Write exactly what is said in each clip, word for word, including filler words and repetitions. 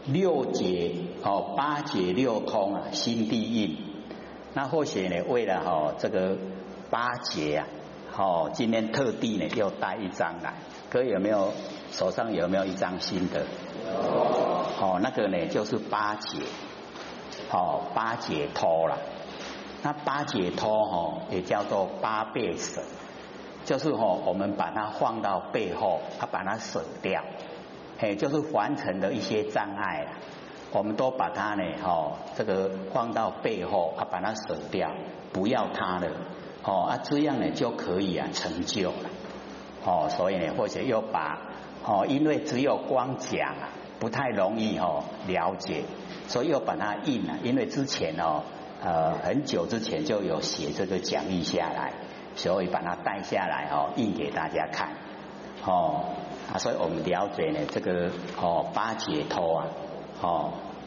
六劫哦，八劫六通啊，心地印。那或许呢，为了哦这个八劫啊，哦，今天特地呢又带一张来，各位有没有手上有没有一张新的？哦，那个呢就是八劫，哦，八解脱了。那八解脱哦，也叫做八倍舍，就是哦，我们把它放到背后，它把它舍掉，哎，就是凡尘的一些障碍啊，我们都把它呢，哦，这个放到背后，啊，把它舍掉，不要它了，哦，啊，这样呢就可以啊成就了，哦，所以呢，或者又把哦，因为只有光讲啊，不太容易哦了解，所以又把它印了，因为之前哦。呃，很久之前就有写这个讲义下来，所以把它带下来哦，印给大家看哦啊，所以我们了解呢这个哦八解脱啊哦，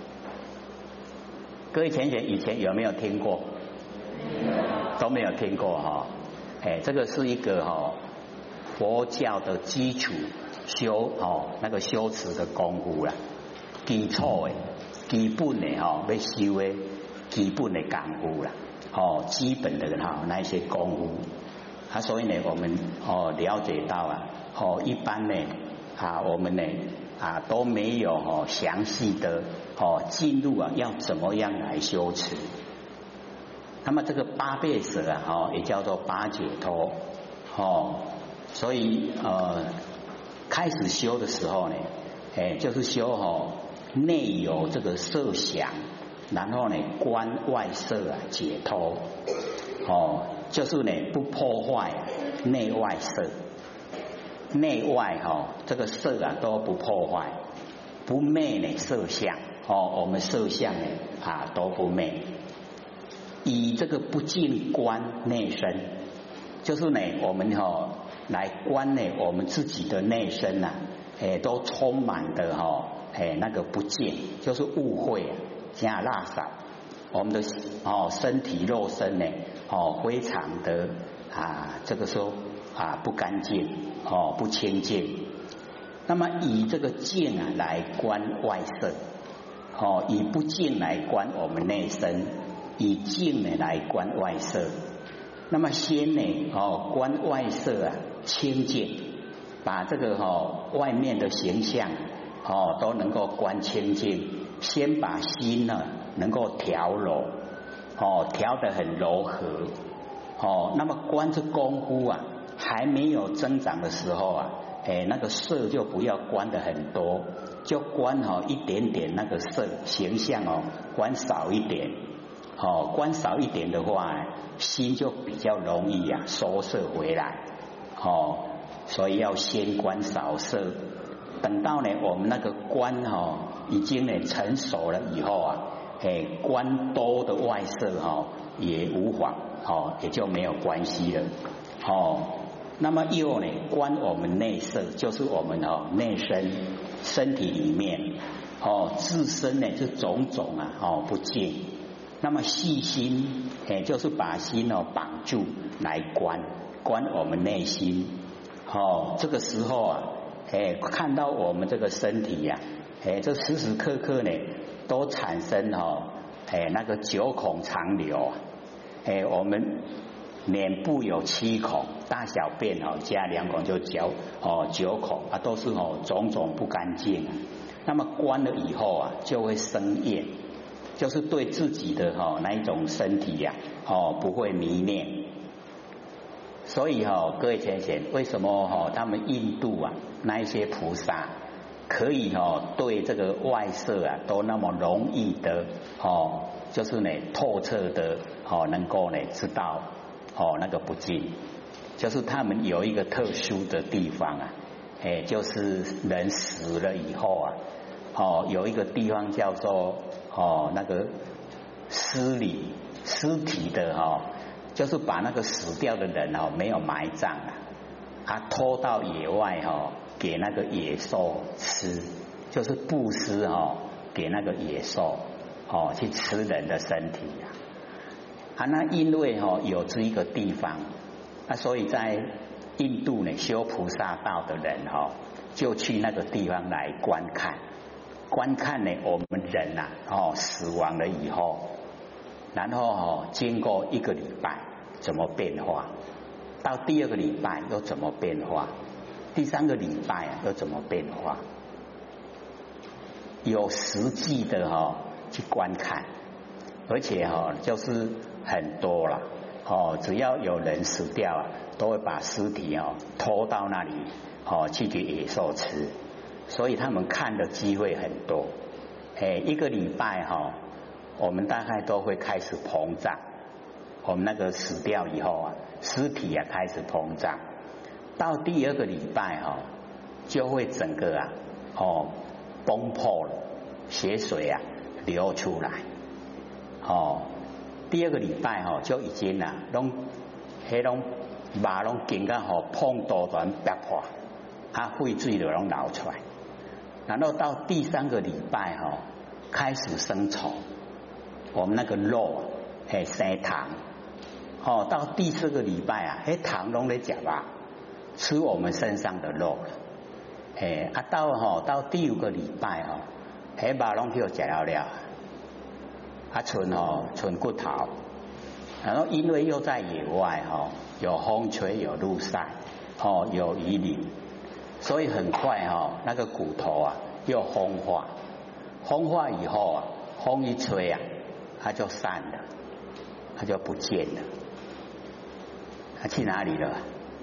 各位前贤以前有没有听过？都没有听过哈、哦，哎，这个是一个哈、哦、佛教的基础修哦那个修持的功夫啦，基础的基本的哈、哦、要修的。基本的功夫啦，哦，基本的哈那一些功夫，啊，所以呢，我们哦了解到啊，哦，一般呢啊，我们呢啊都没有哦详细的哦进入啊，要怎么样来修持？那么这个八倍舍啊，哦，也叫做八解脱，哦，所以呃开始修的时候呢，哎，就是修哦内有这个色想。然后呢，观外色啊，解脱哦，就是呢不破坏内外色，内外哈、哦、这个色啊都不破坏，不昧呢色相哦，我们色相呢啊都不昧，以这个不净观内身，就是呢我们哈、哦、来观呢我们自己的内身呐、啊，哎都充满的哈、哦、哎那个不净，就是误会啊。加垃圾，我们的哦身体肉身呢哦非常的啊这个说啊不干净哦不清净，那么以这个净啊来观外色，哦以不净来观我们内身，以净呢来观外色，那么先呢哦观外色啊清净，把这个哦外面的形象哦都能够观清净。先把心呢能够调柔，哦，调得很柔和，哦，那么观这功夫啊，还没有增长的时候啊，哎，那个色就不要观得很多，就观哦一点点那个色形象哦，观少一点，哦，观少一点的话，心就比较容易啊收摄回来，哦，所以要先观少色。等到呢，我们那个观哈已经呢成熟了以后啊，哎，观多的外色哈也无妨，哦，也就没有关系了，哦。那么又呢，观我们内色，就是我们哦内身身体里面哦自身呢是种种啊哦不净。那么细心，哎，就是把心哦绑住来观观我们内心，哦，这个时候啊。哎，看到我们这个身体呀、啊，哎，这时时刻刻呢，都产生哦，哎，那个九孔长流，哎，我们脸部有七孔，大小便哦加两孔就九哦九孔啊，都是哦种种不干净。那么观了以后啊，就会生厌，就是对自己的哦那一种身体呀、啊，哦不会迷恋。所以哈、哦，各位前贤，为什么哈、哦、他们印度啊那一些菩萨可以哈、哦、对这个外色啊都那么容易的哦，就是呢透彻的哦能够呢知道哦那个不净，就是他们有一个特殊的地方啊，哎，就是人死了以后啊，哦有一个地方叫做哦那个尸里尸体的哈、哦。就是把那个死掉的人哦没有埋葬啊，他拖到野外哦给那个野兽吃，就是布施哦给那个野兽哦去吃人的身体啊。啊，那因为哦有这一个地方，啊，所以在印度呢修菩萨道的人哦就去那个地方来观看， 观看呢我们人呐、啊、哦死亡了以后，然后哦经过一个礼拜怎么变化，到第二个礼拜又怎么变化，第三个礼拜又怎么变化，有实际的哈、哦、去观看，而且哈、哦、就是很多了哦，只要有人死掉啊，都会把尸体哦拖到那里哦去给野兽吃，所以他们看的机会很多。哎，一个礼拜哈、哦，我们大概都会开始膨胀。我们那个死掉以后啊，尸体啊开始膨胀，到第二个礼拜哈、哦，就会整个啊哦崩破了，血水啊流出来。哦，第二个礼拜哈、哦、就已经啊，拢迄拢肉拢经到吼碰多团爆破，啊血水就拢流出来。然后到第三个礼拜哈、哦，开始生虫，我们那个肉嘿生糖。哦，到第四个礼拜啊，嘿糖拢在吃吧，吃我们身上的肉了。嘿啊到吼、哦、到第五个礼拜哈、哦，嘿肉拢去吃了了，啊剩哦剩骨头。然后因为又在野外哈、哦，有风吹有露晒，哦有雨淋，所以很快哈、哦、那个骨头啊又风化，风化以后啊，风一吹啊，它就散了，它就不见了。他去哪里了？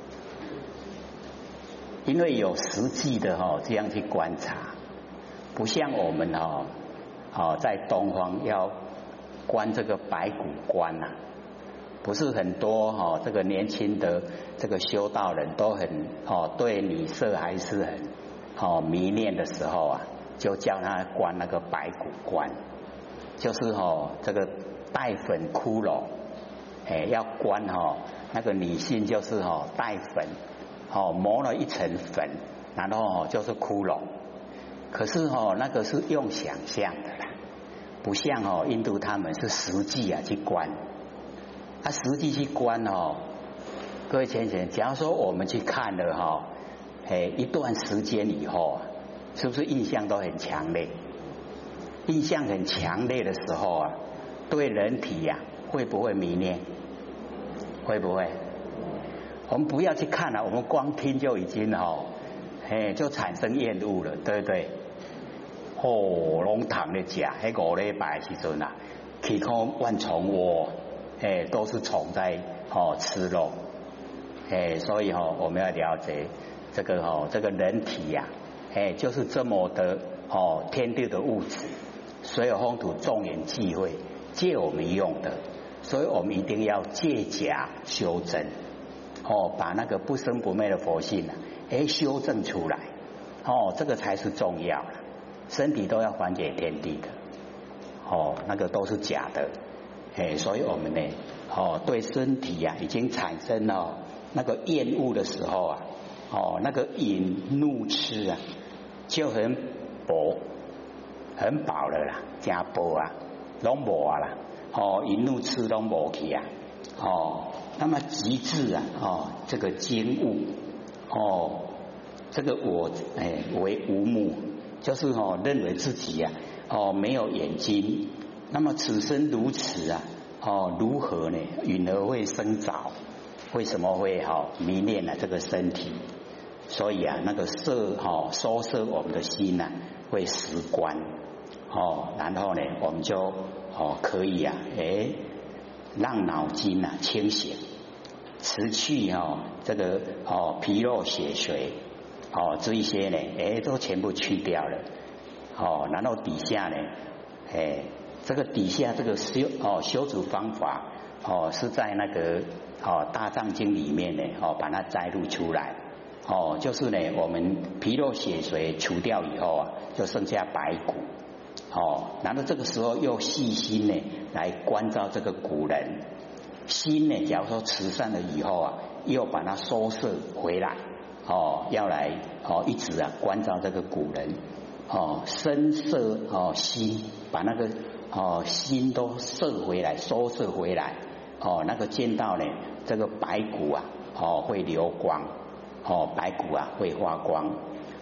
因为有实际的哈、哦、这样去观察，不像我们哈、哦哦、在东方要观这个白骨观呐、啊，不是很多哈、哦、这个年轻的这个修道人都很哦对女色还是很哦迷恋的时候啊，就叫他观那个白骨观，就是哦这个带粉骷髅，哎要观哈、哦。那个女性就是哦带粉，哦磨了一层粉，然后哦就是骷髅。可是哦那个是用想象的啦，不像哦印度他们是实际啊去观。他、啊、实际去观哦，各位浅浅，假如说我们去看了哈、哦，哎一段时间以后啊，是不是印象都很强烈？印象很强烈的时候啊，对人体呀、啊、会不会迷恋？会不会？我们不要去看了、啊，我们光听就已经哦，嘿，就产生厌恶了，对不对？哦，龙塘的甲，迄五礼拜时阵啊，去看万虫窝，嘿，都是虫在哦吃肉，嘿，所以哦，我们要了解这个哦，这个人体呀、啊，嘿，就是这么的哦，天地的物质，所有风土众缘际会借我们用的。所以我们一定要借假修真，哦，把那个不生不灭的佛性啊，哎，修正出来，哦，这个才是重要的。身体都要还给天地的，哦，那个都是假的，哎，所以我们呢，哦，对身体呀、啊、已经产生了那个厌恶的时候啊，哦，那个饮怒吃啊，就很薄，很饱了啦，加薄啊，拢无啊啦。哦，一怒吃都没去啊！哦，那么极致啊！哦，这个惊悟哦，这个我哎为无目，就是哦认为自己呀、啊、哦没有眼睛，那么此生如此啊！哦，如何呢？允而会生着？为什么会好、哦、迷恋了这个身体？所以啊，那个摄哈收摄我们的心呐、啊，会识观哦，然后呢，我们就。哦，可以啊，哎，让脑筋啊清醒，辞去哦这个哦皮肉血髓哦这一些呢，哎都全部去掉了，哦，然后底下呢，哎这个底下这个修哦修持方法哦是在那个哦大藏经里面呢哦把它摘录出来，哦就是呢我们皮肉血髓除掉以后啊，就剩下白骨。哦，然后这个时候又细心呢来关照这个古人心呢，假如说慈善了以后啊，又把它收摄回来，哦，要来哦一直啊关照这个古人，哦身摄哦心，把那个哦心都摄回来，收摄回来，哦那个见到呢这个白骨啊，哦会流光，哦白骨啊会发光，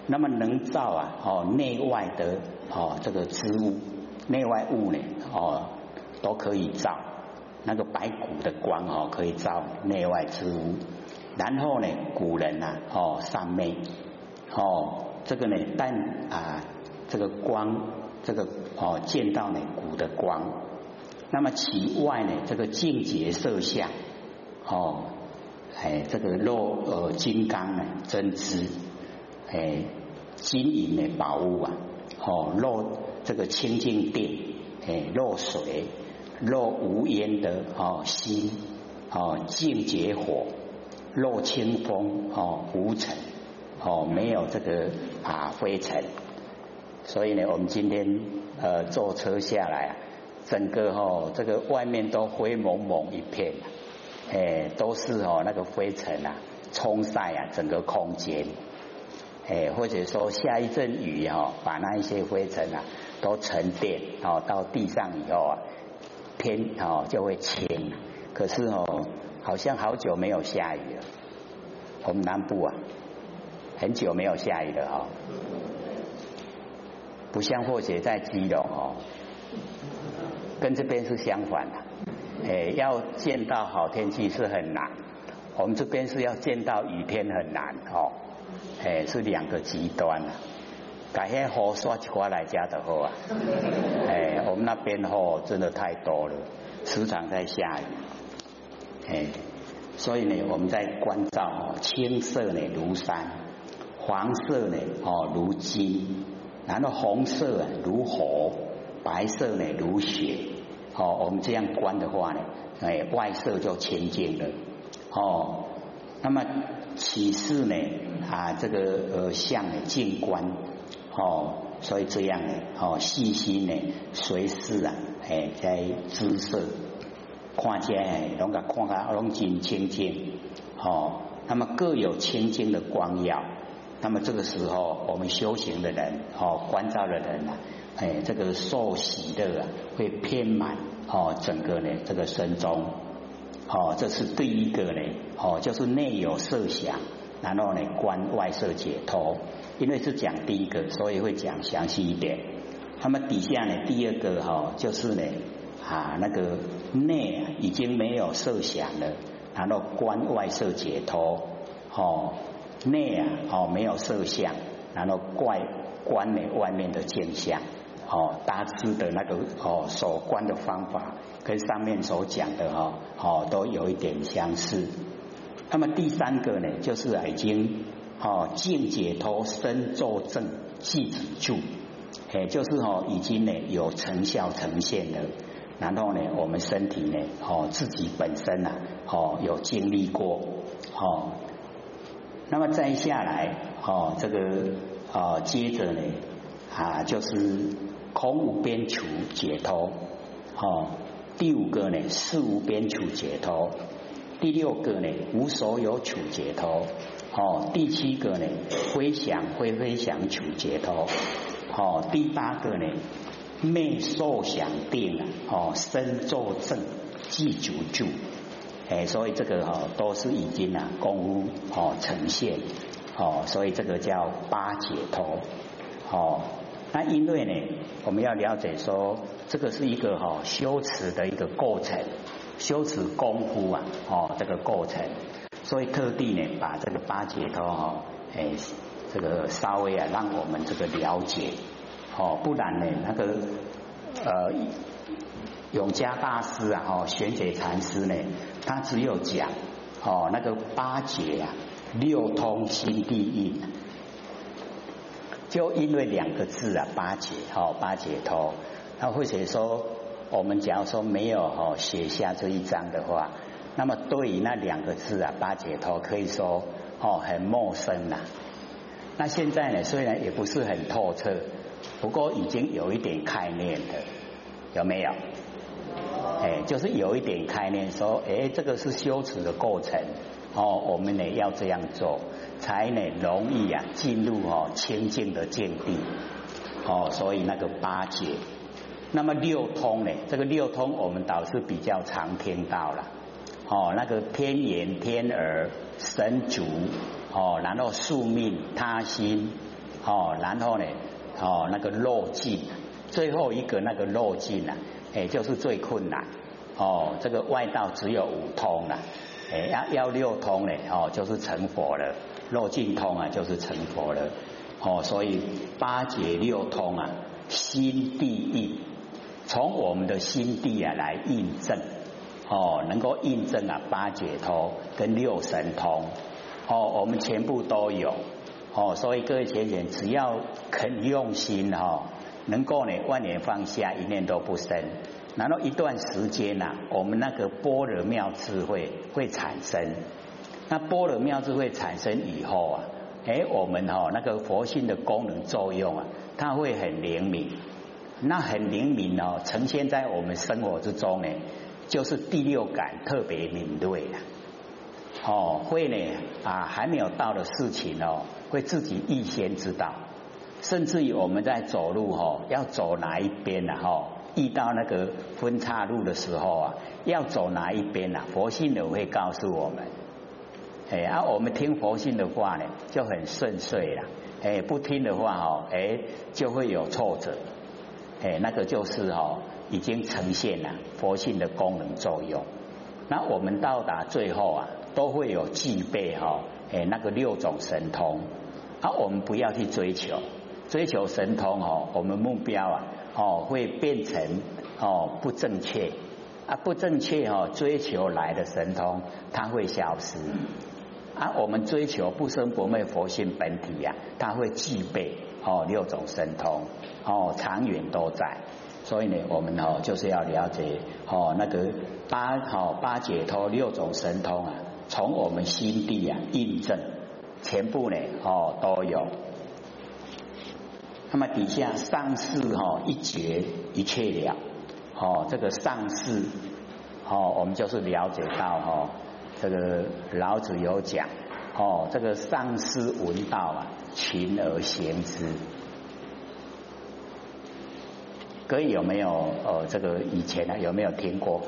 那么能照啊哦内外的哦这个之物，内外物呢哦都可以照，那个白骨的光哦可以照内外之物。然后呢，古人啊哦三昧哦这个呢但啊这个光这个哦见到呢骨的光，那么其外呢这个净洁色相哦哎这个肉呃金刚呢真知哎金银的宝物啊哦肉这个清净电哎肉水肉无烟的哦心哦净洁火肉清风哦无尘哦没有这个啊灰尘。所以呢我们今天呃坐车下来啊，整个哦这个外面都灰蒙蒙一片，哎都是哦那个灰尘啊冲晒啊整个空间，哎或者说下一阵雨哦把那一些灰尘啊都沉淀哦到地上以后啊天哦就会清。可是哦好像好久没有下雨了，我们南部啊很久没有下雨了哦，不像或者在基隆哦，跟这边是相反的，哎，要见到好天气是很难，我们这边是要见到雨天很难哦，哎，是两个极端啊。改天雨刷一刮来家的好啊，哎，我们那边哦真的太多了，时常在下雨，哎，所以呢我们在关照哦，青色呢如山，黄色呢哦如金，然后红色啊如火，白色呢如雪，哦，我们这样观的话呢，哎，外色就清净了，哦，那么启示呢啊这个呃相呢净观，哦，所以这样呢哦细心呢随时啊哎在姿色看起来拢个看个拢真清净，哦，那么各有清净的光耀。那么这个时候我们修行的人哦观照的人啊，哎这个受喜乐啊会遍满哦整个呢这个身中，哦这是第一个呢哦就是内有色想，然后呢观外色解脱，因为是讲第一个所以会讲详细一点。那么底下呢第二个哈、哦、就是呢啊那个内啊已经没有色想了，然后观外色解脱，哦内啊哦没有色相，然后怪观呢外面的见相，哦大致的那个哦所观的方法跟上面所讲的哈 哦, 哦都有一点相似。那么第三个呢就是已经哦净解脱身作证即止住，哎就是哦已经呢有成效呈现了，然后呢我们身体呢哦自己本身啊哦有经历过哦。那么再下来哦这个哦接着呢啊就是空无边处解脱，哦第五个呢事无边处解脱，第六个呢无所有处解脱，哦第七个呢非想非非想处解脱，哦第八个呢昧受想定啊哦身作证即足住，哎，所以这个哈、哦、都是已经啊功夫哦呈现哦，所以这个叫八解脱哦。那因为呢，我们要了解说，这个是一个哈、哦、修持的一个过程，修持功夫啊哦这个过程，所以特地呢把这个八解脱哈、哦、哎这个稍微啊让我们这个了解哦，不然呢那个呃。永嘉大师啊，哦，玄觉禅师呢，他只有讲哦那个八解啊，六通心地印，就因为两个字啊，八解哦，八解脱，那或者说我们假如说没有哦写下这一章的话，那么对于那两个字啊，八解脱可以说哦很陌生啦、啊。那现在呢，虽然也不是很透彻，不过已经有一点概念的，有没有？哎，就是有一点概念说，哎，这个是修持的过程哦，我们呢要这样做，才呢容易啊进入哦清净的境地哦，所以那个八解，那么六通呢，这个六通我们倒是比较常听到了哦，那个天眼、天耳、神足哦，然后宿命、他心哦，然后呢，哦那个漏尽，最后一个那个漏尽啊，哎就是最困难。哦，这个外道只有五通了，哎要要六通呢，哦就是成佛了，漏尽通啊就是成佛了。哦，所以八解六通啊，心地印，从我们的心地啊来印证。哦，能够印证啊八解脱跟六神通，哦，我们全部都有。哦，所以各位学员只要肯用心哈、哦，能够呢万年放下，一念都不生，然后一段时间呐、啊，我们那个般若妙智慧会产生。那般若妙智慧产生以后啊，哎，我们哈、哦、那个佛性的功能作用啊，它会很灵敏。那很灵敏哦，呈现在我们生活之中呢。就是第六感特别敏锐了，哦，会呢啊还没有到的事情哦，会自己预先知道，甚至于我们在走路哦，要走哪一边呢、啊？哦，遇到那个分岔路的时候啊，要走哪一边啊？佛性的会告诉我们，哎，啊，我们听佛性的话呢，就很顺遂了，哎，不听的话哦，哎，就会有挫折，哎，那个就是哦。已经呈现了佛性的功能作用。那我们到达最后啊，都会有具备哈、哦，哎那个六种神通。啊，我们不要去追求，追求神通哦，我们目标啊哦会变成哦不正确啊，不正确哦，追求来的神通它会消失。啊，我们追求不生不灭佛性本体呀、啊，它会具备哦六种神通哦，长远都在。所以呢，我们哦就是要了解哦那个八好、哦、八解脱六种神通啊，从我们心地啊印证，全部呢哦都有。那么底下上士哦一觉一切了，哦这个上士哦我们就是了解到哦这个老子有讲哦这个上士闻道啊，勤而行之。各位有没有呃这个以前呢、啊、有没有听过？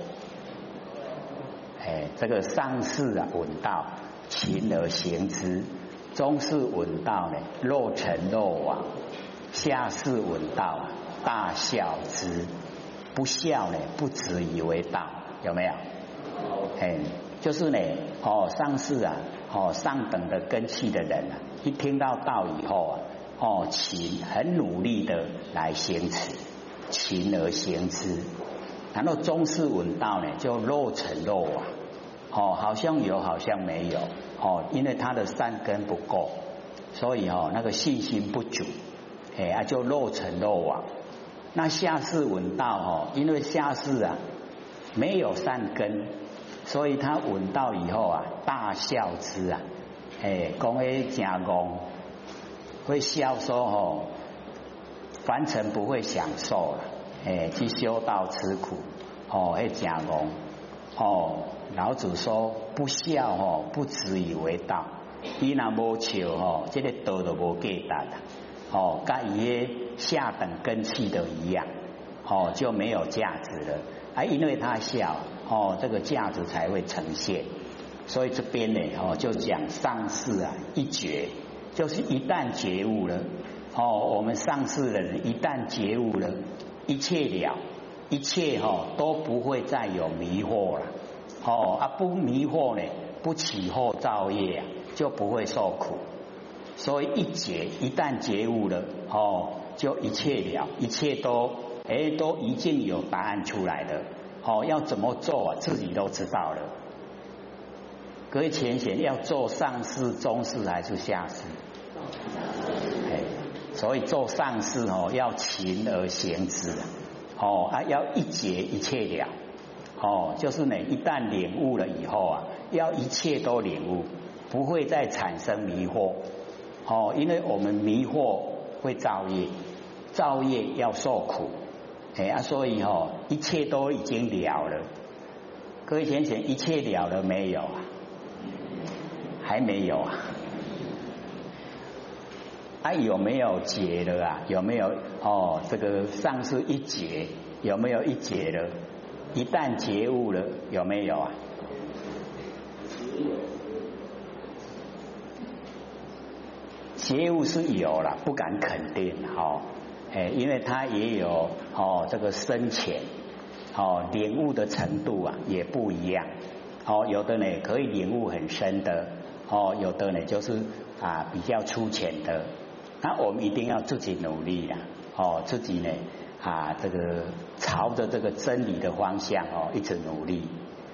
哎，这个上士啊闻道，勤而行之；中士闻道呢，若成若往；下士闻道啊，大笑之。不笑呢，不止以为道，有没有？哎，就是呢，哦，上士啊，哦，上等的根器的人啊，一听到道以后啊，哦，勤很努力的来行持。勤而行之，然后中士闻道呢，就若成若往，哦，好像有，好像没有，哦，因为他的善根不够，所以哦，那个信心不足，哎，啊，就若成若往。那下士闻道哦，因为下士啊没有善根，所以他闻道以后啊，大笑之啊，哎，讲诶真戆，会笑说哦。凡尘不会享受了，哎，去修道吃苦，哦，会假戆，哦，老子说不孝哦，不止以为道，伊若无笑哦，这个道都无价值啦，哦，跟伊个下等根器的一样，哦，就没有价值了，啊，因为他笑，哦，这个价值才会呈现，所以这边呢，哦，就讲上士啊，一觉，就是一旦觉悟了。哦，我们上士的人一旦觉悟了，一切了，一切哈、哦、都不会再有迷惑了。哦啊，不迷惑呢，不起后造业啊，就不会受苦。所以一觉，一旦觉悟了，哦，就一切了，一切都哎都已经有答案出来了。哦，要怎么做啊，自己都知道了。各位浅显要做上士、中士还是下士？哎。所以做上士哦，要勤而行之哦，啊，要一觉一切了哦，就是呢，一旦领悟了以后啊，要一切都领悟，不会再产生迷惑哦，因为我们迷惑会造业，造业要受苦，哎啊，所以哦，一切都已经了了。各位浅浅，一切了了没有啊？还没有啊？啊，有没有解了啊？有没有哦？这个上士一解，有没有一解了？一旦觉悟了，有没有啊？ 觉悟是有了，不敢肯定哦，哎，因为他也有哦这个深浅，哦领悟的程度啊也不一样，哦有的呢可以领悟很深的，哦有的呢就是啊比较粗浅的，那我们一定要自己努力啦，哦自己呢啊这个朝着这个真理的方向哦一直努力。